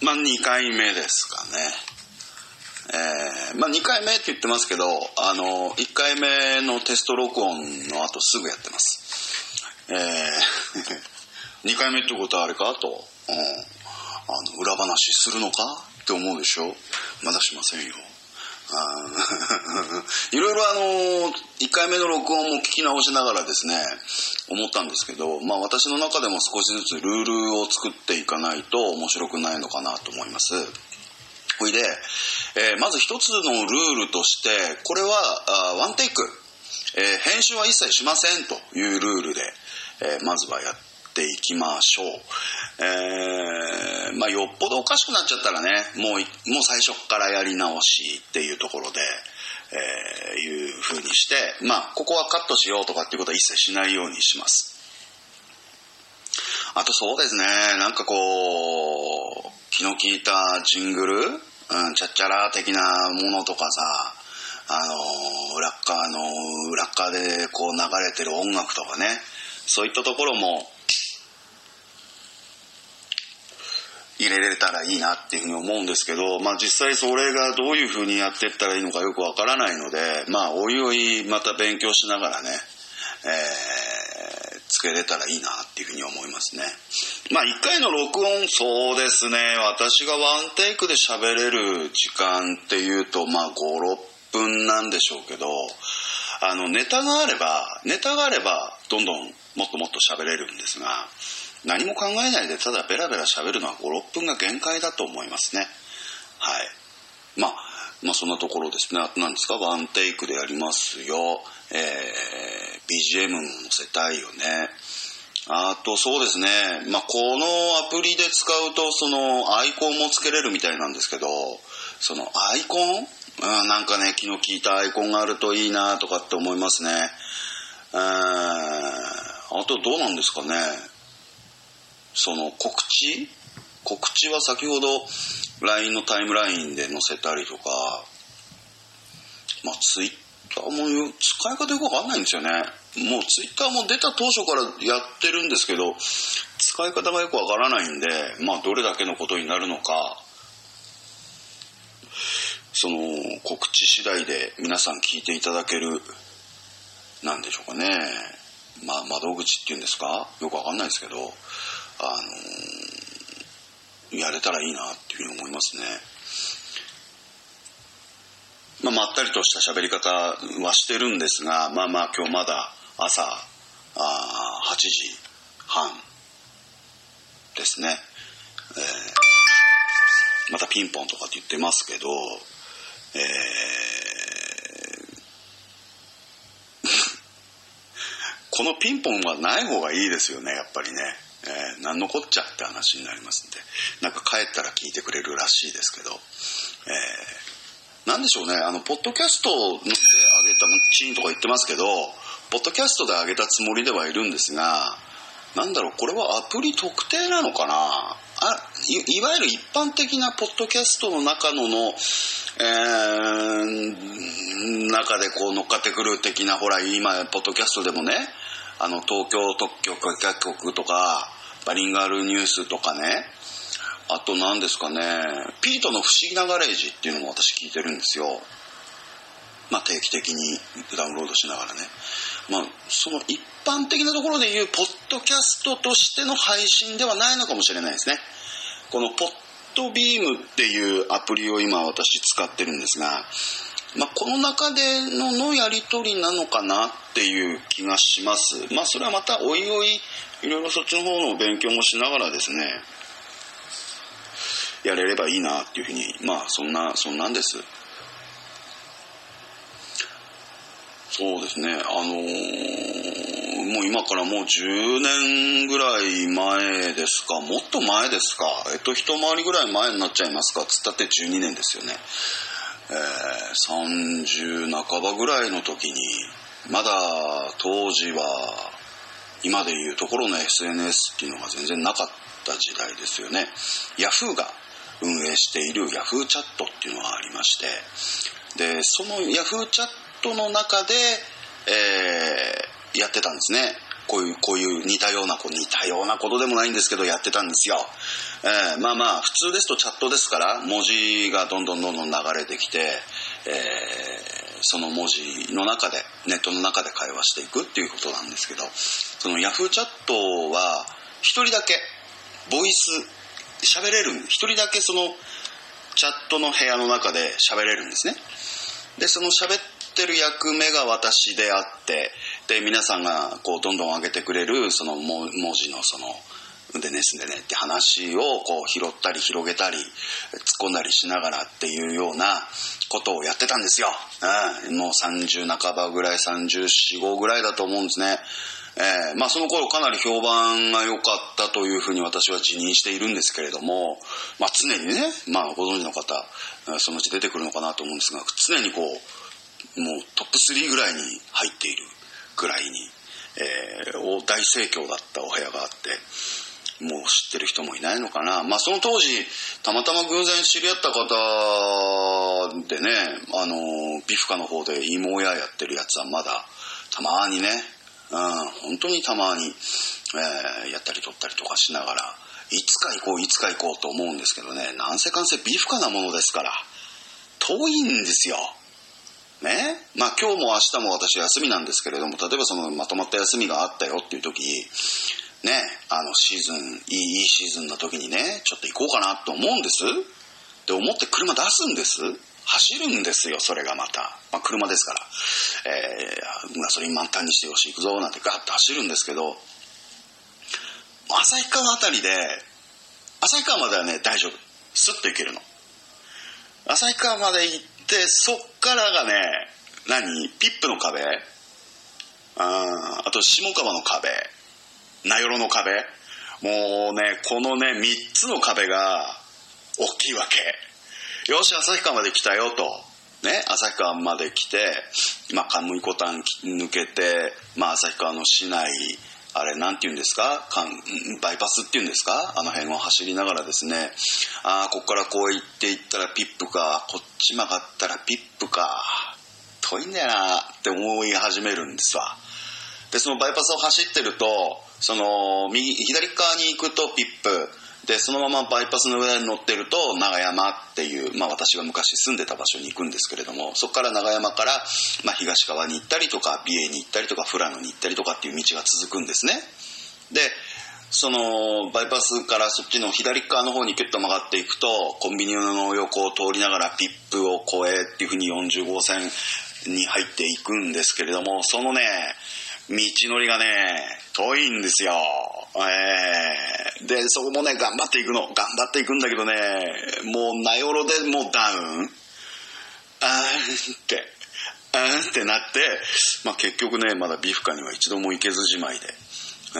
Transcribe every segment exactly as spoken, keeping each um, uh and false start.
まあにかいめですかね。えー、まあにかいめって言ってますけど、あのいっかいめのテスト録音の後すぐやってます。えー、にかいめってことはあれかと、うん、あの裏話するのかって思うでしょ。まだしませんよ。あいろいろあのいっかいめの録音も聞き直しながらですね思ったんですけど、まあ私の中でも少しずつルールを作っていかないと面白くないのかなと思います。ほいで、えー、まず一つのルールとして、これはワンテイク、えー、編集は一切しませんというルールで、えー、まずはやっていきましょう。えー、まあよっぽどおかしくなっちゃったらね、もうもう最初からやり直しっていうところで、えー、いう風にして、まあここはカットしようとかっていうことは一切しないようにします。あとそうですね、なんかこう気の利いたジングル、うん、チャッチャラ的なものとかさ、あの裏側の裏側でこう流れてる音楽とかね、そういったところも入れれたらいいなっていうふうに思うんですけど、まあ実際それがどういうふうにやっていったらいいのかよくわからないので、まあおいおいまた勉強しながらね、えー、つけれたらいいなっていうふうに思いますね。まあいっかいの録音、そうですね、私がワンテイクで喋れる時間っていうとまあご、ろっぷんなんでしょうけど、あのネタがあればネタがあればどんどんもっともっと喋れるんですが、何も考えないでただベラベラ喋るのはご、ろっぷんが限界だと思いますね。はい。まあ、まあそんなところですね。あと何ですか、ワンテイクでやりますよ。えー、ビージーエム も載せたいよね。あとそうですね。まあこのアプリで使うとそのアイコンもつけれるみたいなんですけど、そのアイコン、うん、なんかね気の利いたアイコンがあるといいなとかって思いますね。えー、あとどうなんですかね。その告知告知は先ほど ライン のタイムラインで載せたりとか、まあ Twitter も使い方よくわかんないんですよね。もう Twitter も出た当初からやってるんですけど、使い方がよくわからないんで、まあどれだけのことになるのか、その告知次第で皆さん聞いていただける、なんでしょうかね、まあ窓口っていうんですか、よくわかんないですけど、あのー、やれたらいいなっていうふうに思いますね。まあ、まったりとした喋り方はしてるんですが、まあまあ今日まだ朝あはちじはんですね。えー、またピンポンとかって言ってますけど、えー、このピンポンはない方がいいですよね、やっぱりね。えー、何のこっちゃって話になりますんで、なんか帰ったら聞いてくれるらしいですけど、えー、なんでしょうね、あのポッドキャストで上げたチーンとか言ってますけど、ポッドキャストで上げたつもりではいるんですが、なんだろう、これはアプリ特定なのかな。あ い, いわゆる一般的なポッドキャストの中のの、えー、中でこう乗っかってくる的な、ほら今ポッドキャストでもね、あの東京特許許可局とかバリンガルニュースとかね、あと何ですかね、ピートの不思議なガレージっていうのも私聞いてるんですよ。まあ定期的にダウンロードしながらね、まあその一般的なところでいうポッドキャストとしての配信ではないのかもしれないですね。このポッドビームっていうアプリを今私使ってるんですが、まあ、この中で の, のやり取りなのかなっていう気がします。まあそれはまたおいおいいろいろそっちの方の勉強もしながらですね、やれればいいなっていうふうに、まあそんなそんなんです。そうですね、あのー、もう今からもうじゅうねんぐらい前ですか、もっと前ですか、えっと一回りぐらい前になっちゃいますか、つったってじゅうにねんですよね。えー、さんじゅう半ばぐらいの時に、まだ当時は今でいうところの エスエヌエス っていうのが全然なかった時代ですよね。ヤフーが運営しているヤフーチャットっていうのがありまして、でそのヤフーチャットの中で、えー、やってたんですね。 こういうこういう似たような似たようなことでもないんですけどやってたんですよ。えー、まあまあ普通ですとチャットですから文字がどんどんどんどん流れてきて、えー、その文字の中でネットの中で会話していくっていうことなんですけど、そのヤフーチャットは一人だけボイス喋れる、一人だけそのチャットの部屋の中で喋れるんですね。でその喋ってる役目が私であって、で皆さんがこうどんどん上げてくれるその文字のそのでねすんでねって話をこう拾ったり広げたり突っ込んだりしながらっていうようなことをやってたんですよ。うん、もうさんじゅう半ばぐらい、さんじゅうよん、ごぐらいだと思うんですね。えー、まあその頃かなり評判が良かったというふうに私は自認しているんですけれども、まあ常にね、まあご存知の方そのうち出てくるのかなと思うんですが、常にこうもうトップスリーぐらいに入っているぐらいに、えー、大盛況だったお部屋があって、もう知ってる人もいないのかな。まあその当時たまたま偶然知り合った方でね、あのビフカの方で芋屋やってるやつはまだたまにね、うん、本当にたまに、えー、やったり撮ったりとかしながら、いつか行こういつか行こうと思うんですけどね、なんせかんせビフカなものですから遠いんですよね。まあ今日も明日も私休みなんですけれども、例えばそのまとまった休みがあったよっていう時ね、あのシーズンいい、いいシーズンの時にね、ちょっと行こうかなと思うんですで思って車出すんです、走るんですよ。それがまた、まあ、車ですから、えー、ガソリン満タンにしてよし行くぞなんてガッと走るんですけど、旭川あたりで、旭川まではね大丈夫、スッと行けるの。旭川まで行ってそっからがね、何ピップの壁、あ, あと下川の壁、名寄の壁、もうねこのねみっつの壁が大きいわけ。よし旭川まで来たよとね、旭川まで来て、まあカムイコタン抜けて、まあ旭川の市内、あれなんて言うんですか、バイパスっていうんですか、あの辺を走りながらですね、ああこっからこう行って行ったらピップか、こっち曲がったらピップか、遠いんだよなって思い始めるんですわ。でそのバイパスを走ってると、その右左側に行くとピップで、そのままバイパスの上に乗ってると長山っていう、まあ私が昔住んでた場所に行くんですけれども、そこから長山から、まあ、東川に行ったりとか美瑛に行ったりとか富良野に行ったりとかっていう道が続くんですね。でそのバイパスからそっちの左側の方にキュッと曲がっていくと、コンビニの横を通りながらピップを越えっていうふうによんじゅうごうせんに入っていくんですけれども、そのね道のりがね遠いんですよ。えー、でそこもね頑張っていくの頑張っていくんだけどね、もう名寄でもうダウン、あーってあーってなって、まあ、結局ねまだビフカには一度も行けずじまいで、え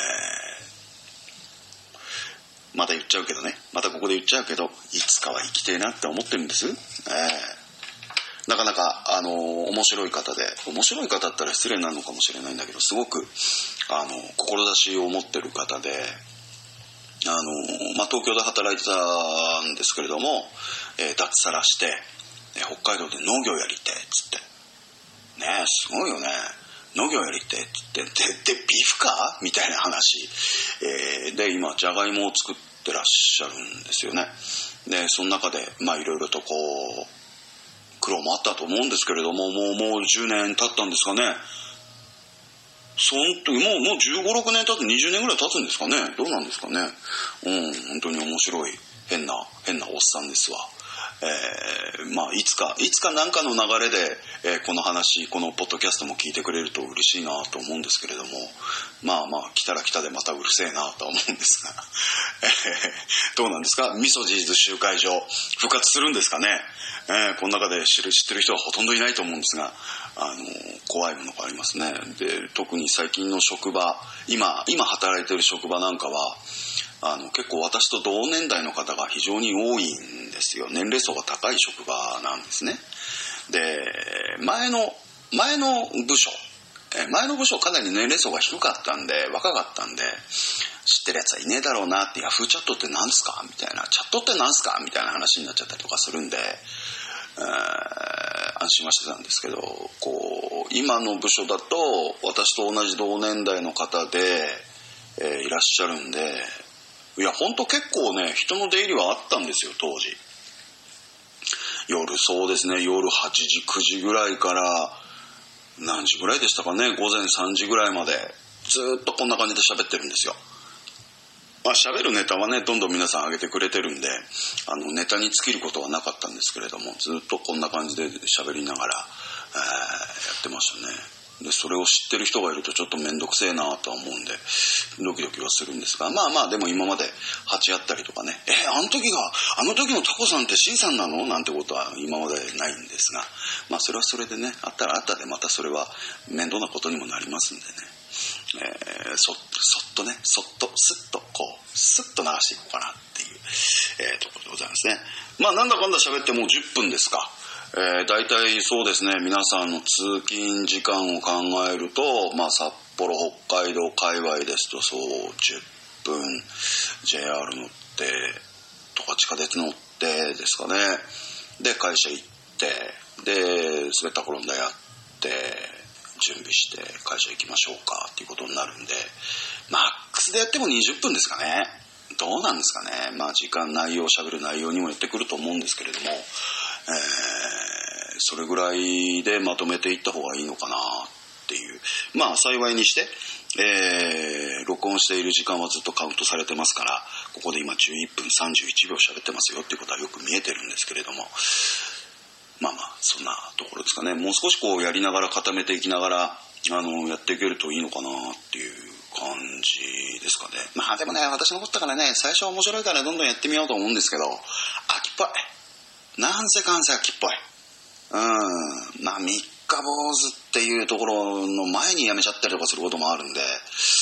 ー、また言っちゃうけどね、またここで言っちゃうけど、いつかは生きてえなって思ってるんです。えーなかなか、あのー、面白い方で、面白い方だったら失礼なのかもしれないんだけど、すごく、あのー、志を持ってる方で、あのー、まあ、東京で働いてたんですけれども、えー、脱サラして、えー、北海道で農業やりてえっつって。ねえ、すごいよね。農業やりてえっつって。で、で、ビフかみたいな話。えー、で、今、じゃがいもを作ってらっしゃるんですよね。で、その中で、まあ、いろいろとこう、苦労もあったと思うんですけれども、もうもうじゅうねん経ったんですかね。その時もうもうじゅうご、ろくねん経ってにじゅうねんぐらい経つんですかね。どうなんですかね。うん、本当に面白い変な変なおっさんですわ。えー、まあいつかいつか何かの流れで、えー、この話このポッドキャストも聞いてくれると嬉しいなと思うんですけれども、まあまあ来たら来たでまたうるせえなと思うんですが、えー、どうなんですか。ミソジーズ集会所復活するんですかね。えー、この中で知る知ってる人はほとんどいないと思うんですが、あの怖いものがありますね。で特に最近の職場、今今働いてる職場なんかはあの結構私と同年代の方が非常に多いんですよ。年齢層が高い職場なんですね。で前の前の部署前の部署かなり年齢層が低かったんで、若かったんで、知ってるやつはいねえだろうなって、ヤフーチャットって何すかみたいな、チャットって何すかみたいな話になっちゃったりとかするんで、 えー、安心はしてたんですけど、こう今の部署だと私と同じ同年代の方で、えー、いらっしゃるんで、いや本当結構ね人の出入りはあったんですよ当時。夜そうですね、夜はちじくじぐらいから何時ぐらいでしたかね、午前さんじぐらいまでずっとこんな感じで喋ってるんですよ。まあ喋るネタはねどんどん皆さん上げてくれてるんで、あのネタに尽きることはなかったんですけれども、ずっとこんな感じで喋りながら、えー、やってましたね。でそれを知ってる人がいるとちょっと面倒くせえなとは思うんでドキドキはするんですが、まあまあでも今まで鉢合ったりとかね、えー、あの時があの時のタコさんってシンさんなのなんてことは今までないんですが、まあそれはそれでね、あったらあったでまたそれは面倒なことにもなりますんでね、えー、そ, そっとねそっとスッとこうスッと流していこうかなっていう、えー、ところでございますね。まあなんだかんだ喋ってもうじゅっぷんですか。えー、大体そうですね、皆さんの通勤時間を考えると、まあ、札幌北海道界隈ですとそうじゅっぷん ジェイアール 乗ってとか地下鉄乗ってですかね。で会社行ってで滑った転んだやって準備して会社行きましょうかっていうことになるんで、マックスでやってもにじゅっぷんですかね。どうなんですかね。まあ時間内容喋る内容にもよってくると思うんですけれども、えー、それぐらいでまとめていった方がいいのかなっていう。まあ幸いにして、えー、録音している時間はずっとカウントされてますから、ここで今じゅういっぷんさんじゅういちびょう喋ってますよっていうことはよく見えてるんですけれども、まあまあそんなところですかね。もう少しこうやりながら固めていきながらあのやっていけるといいのかなっていう感じですかね。まあでもね、私のことだからね、最初は面白いからどんどんやってみようと思うんですけど、秋っぽい。なんせかんせ秋っぽい。うん。まあ三日坊主っていうところの前にやめちゃったりとかすることもあるんで、えー、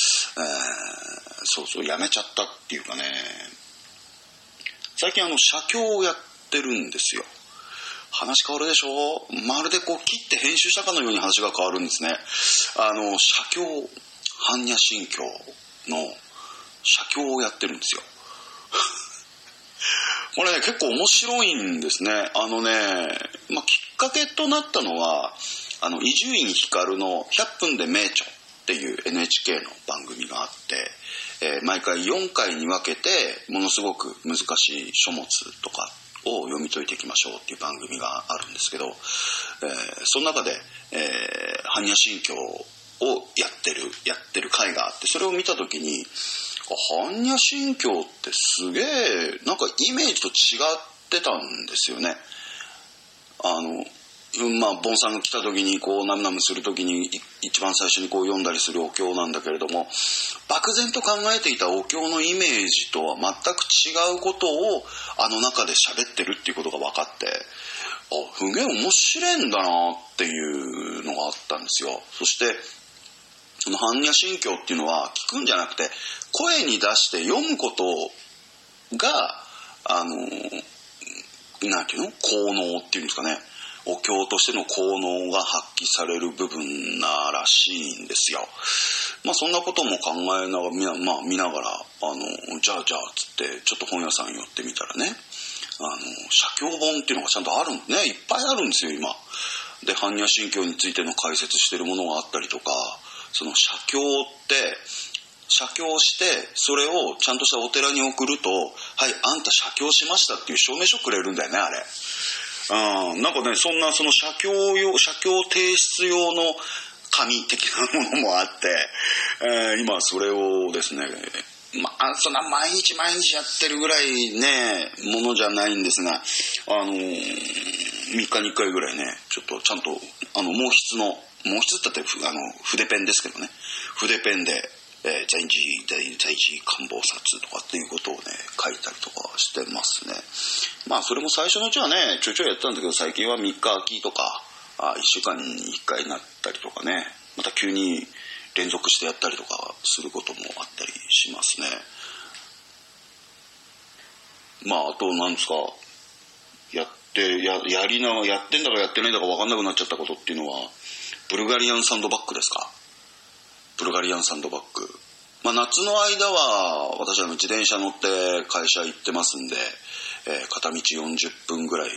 そうそうやめちゃったっていうかね、最近あの写経をやってるんですよ。話変わるでしょ。まるでこう切って編集したかのように話が変わるんですね。あの写経、般若心経の写経をやってるんですよ。これね結構面白いんですね。あのね、まあ、きっかけとなったのはあの伊集院光のひゃっぷんで名著っていう エヌエイチケー の番組があって、えー、毎回よんかいに分けてものすごく難しい書物とかを読み解いていきましょうっていう番組があるんですけど、えー、その中で、えー、般若心経をやってるやってる回があって、それを見た時に般若心経ってすげえなんかイメージと違ってたんですよね。あのまあボンさんが来た時にこうナムナムする時に一番最初にこう読んだりするお経なんだけれども、漠然と考えていたお経のイメージとは全く違うことをあの中で喋ってるっていうことが分かって、あ、すげえ面白いんだなっていうのがあったんですよ。そしてその般若心経っていうのは聞くんじゃなくて声に出して読むことがあのなんていうの効能っていうんですかね、お経としての効能が発揮される部分ならしいんですよ。まあそんなことも考えながら、まあ、見ながらあのじゃあじゃあつってちょっと本屋さん寄ってみたらね、あの写経本っていうのがちゃんとあるんね、いっぱいあるんですよ今で。般若心経についての解説してるものがあったりとか、その写経って写経してそれをちゃんとしたお寺に送ると、はいあんた写経しましたっていう証明書くれるんだよねあれ。うん、なんかねそんなその写経用写経提出用の紙的なものもあって、えー、今それをですね、まあそんな毎日毎日やってるぐらいねものじゃないんですが、あのー、みっかにいっかいぐらいねちょっとちゃんとあの毛筆の毛筆ってあの筆ペンですけどね、筆ペンで、えー、在日在日官房札とかっていうことをね書いたりとかしてますね。まあそれも最初のうちはねちょいちょいやってたんだけど、最近はみっか空きとかあいっしゅうかんにいっかいになったりとかね、また急に連続してやったりとかすることもあったりしますね。まああとなんですか、やってややりなやってんだかやってないんだか分かんなくなっちゃったことっていうのはブルガリアンサンドバッグですか。ブルガリアンサンドバッグ、まあ、夏の間は私は自転車乗って会社行ってますんで、えー、片道よんじゅっぷんぐらい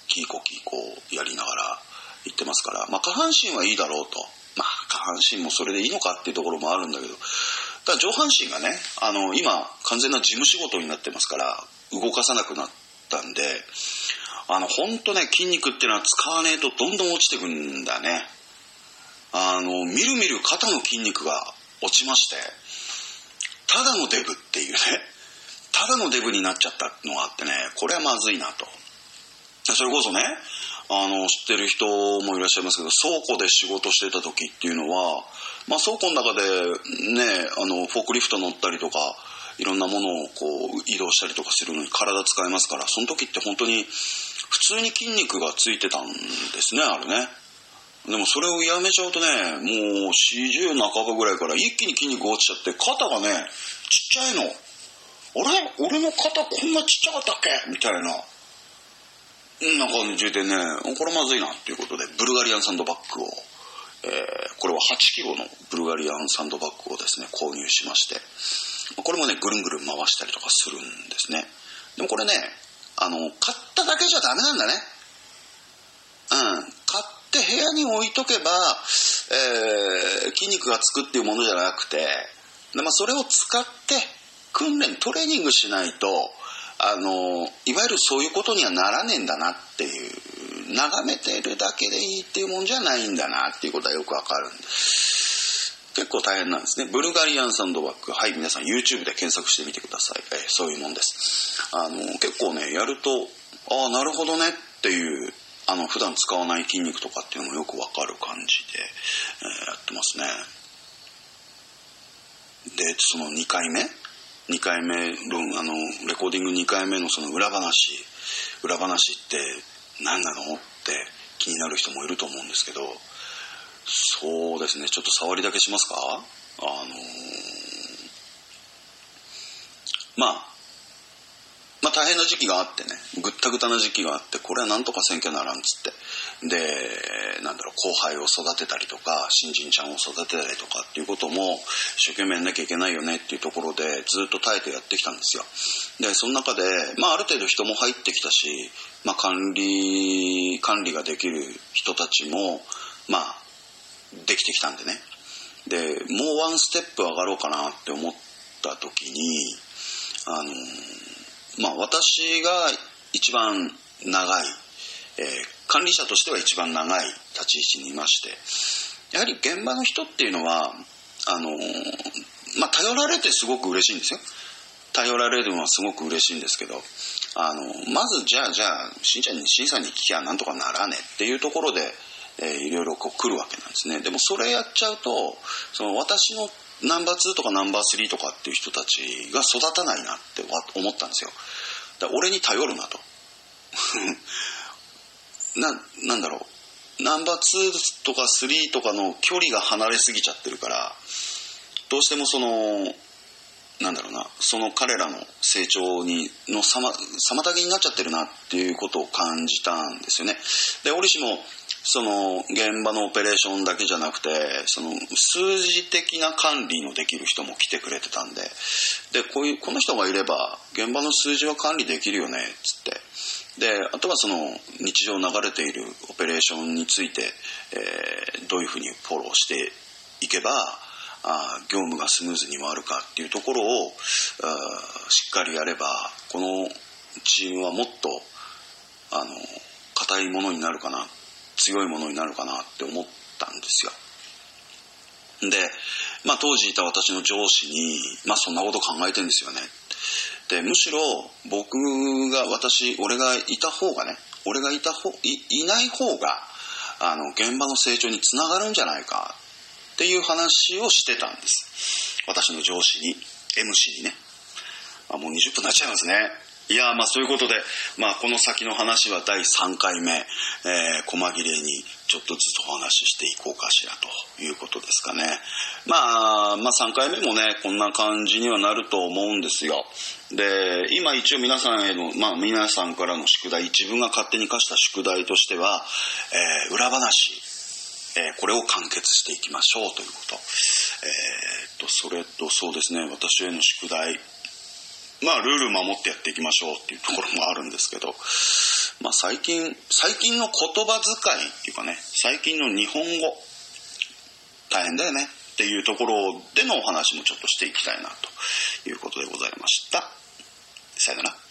キーコキーコやりながら言ってますから、まあ下半身はいいだろうと。まあ下半身もそれでいいのかっていうところもあるんだけど、ただ上半身がね、あの今完全な事務仕事になってますから動かさなくなったんで、あのほんとね、筋肉っていうのは使わねえとどんどん落ちてくんだね。あのみるみる肩の筋肉が落ちまして、ただのデブっていうね、ただのデブになっちゃったのがあってね、これはまずいなと。それこそね、あの知ってる人もいらっしゃいますけど、倉庫で仕事してた時っていうのは、まあ、倉庫の中でね、あのフォークリフト乗ったりとかいろんなものをこう移動したりとかするのに体使いますから、その時って本当に普通に筋肉がついてたんですね、あれね。でもそれをやめちゃうとね、もうよんじゅう半ばぐらいから一気に筋肉落ちちゃって肩がねちっちゃいの。あれ、俺の肩こんなちっちゃかったっけみたいなな感じでね、これまずいなっていうことでブルガリアンサンドバッグを、えー、これははちキロのブルガリアンサンドバッグをですね購入しまして、これもねぐるんぐるん回したりとかするんですね。でもこれね、あの買っただけじゃダメなんだね。うん、買って部屋に置いとけば、えー、筋肉がつくっていうものじゃなくて、で、まあ、それを使って訓練トレーニングしないと、あのいわゆるそういうことにはならねえんだなっていう、眺めてるだけでいいっていうもんじゃないんだなっていうことはよくわかるんで、結構大変なんですね。ブルガリアンサンドバッグ、はい、皆さん YouTube で検索してみてください。えー、そういうもんです。あの結構ねやると、ああなるほどねっていう、あの普段使わない筋肉とかっていうのもよくわかる感じで、えー、やってますね。でそのにかいめにかいめあのレコーディングにかいめのその裏話裏話って何なのって気になる人もいると思うんですけど、そうですね、ちょっと触りだけしますか。あのー、まあまあ大変な時期があってね、ぐったぐたな時期があって、これはなんとかせんきゃならんっつって、でなんだろう、後輩を育てたりとか新人ちゃんを育てたりとかっていうことも一生懸命やんなきゃいけないよねっていうところでずっと耐えてやってきたんですよ。でその中で、まあ、ある程度人も入ってきたし、まあ、管理管理ができる人たちもまあできてきたんでね、でもうワンステップ上がろうかなって思った時に、あのまあ私が一番長い、えー、管理者としては一番長い立ち位置にいまして、やはり現場の人っていうのはあのまあ頼られてすごく嬉しいんですよ。頼られるのはすごく嬉しいんですけど、あのまずじゃあじゃあしんちゃんに審査に聞きゃなんとかならねっていうところで、えー、いろいろこう来るわけなんですね。でもそれやっちゃうと、その私のナンバーツーとかナンバースリーとかっていう人たちが育たないなって思ったんですよ。だから俺に頼るなとな, なんだろうナンバーツーとかスリーとかの距離が離れすぎちゃってるから、どうしてもそのなんだろうな、その彼らの成長にの妨げになっちゃってるなっていうことを感じたんですよね。で折しもその現場のオペレーションだけじゃなくて、その数字的な管理のできる人も来てくれてたんで、でこういうこの人がいれば現場の数字は管理できるよねっつって、であとはその日常流れているオペレーションについて、えー、どういうふうにフォローしていけばあ業務がスムーズに回るかっていうところをしっかりやれば、このチームはもっとあの硬いものになるかな、強いものになるかなって思ったんですよ。で、まあ、当時いた私の上司に、まあ、そんなこと考えてるんですよね。でむしろ僕が私俺がいた方がね俺がいた方 い, いない方があの現場の成長につながるんじゃないかっていう話をしてたんです、私の上司に エムシー にね。あもうにじゅっぷんになっちゃいますね。いやまあそういうことで、まあ、この先の話はだいさんかいめ、えー、細切れにちょっとずつお話ししていこうかしらということですかね。まあ、まあさんかいめもねこんな感じにはなると思うんですよ。で今一応皆さんへの、まあ、皆さんからの宿題、自分が勝手に課した宿題としては、えー、裏話、えー、これを完結していきましょうということ、えー、とそれとそうですね、私への宿題、まあルール守ってやっていきましょうっていうところもあるんですけど、 まあ、最近最近の言葉遣いっていうかね、最近の日本語大変だよねっていうところでのお話もちょっとしていきたいなということでございました。さよなら。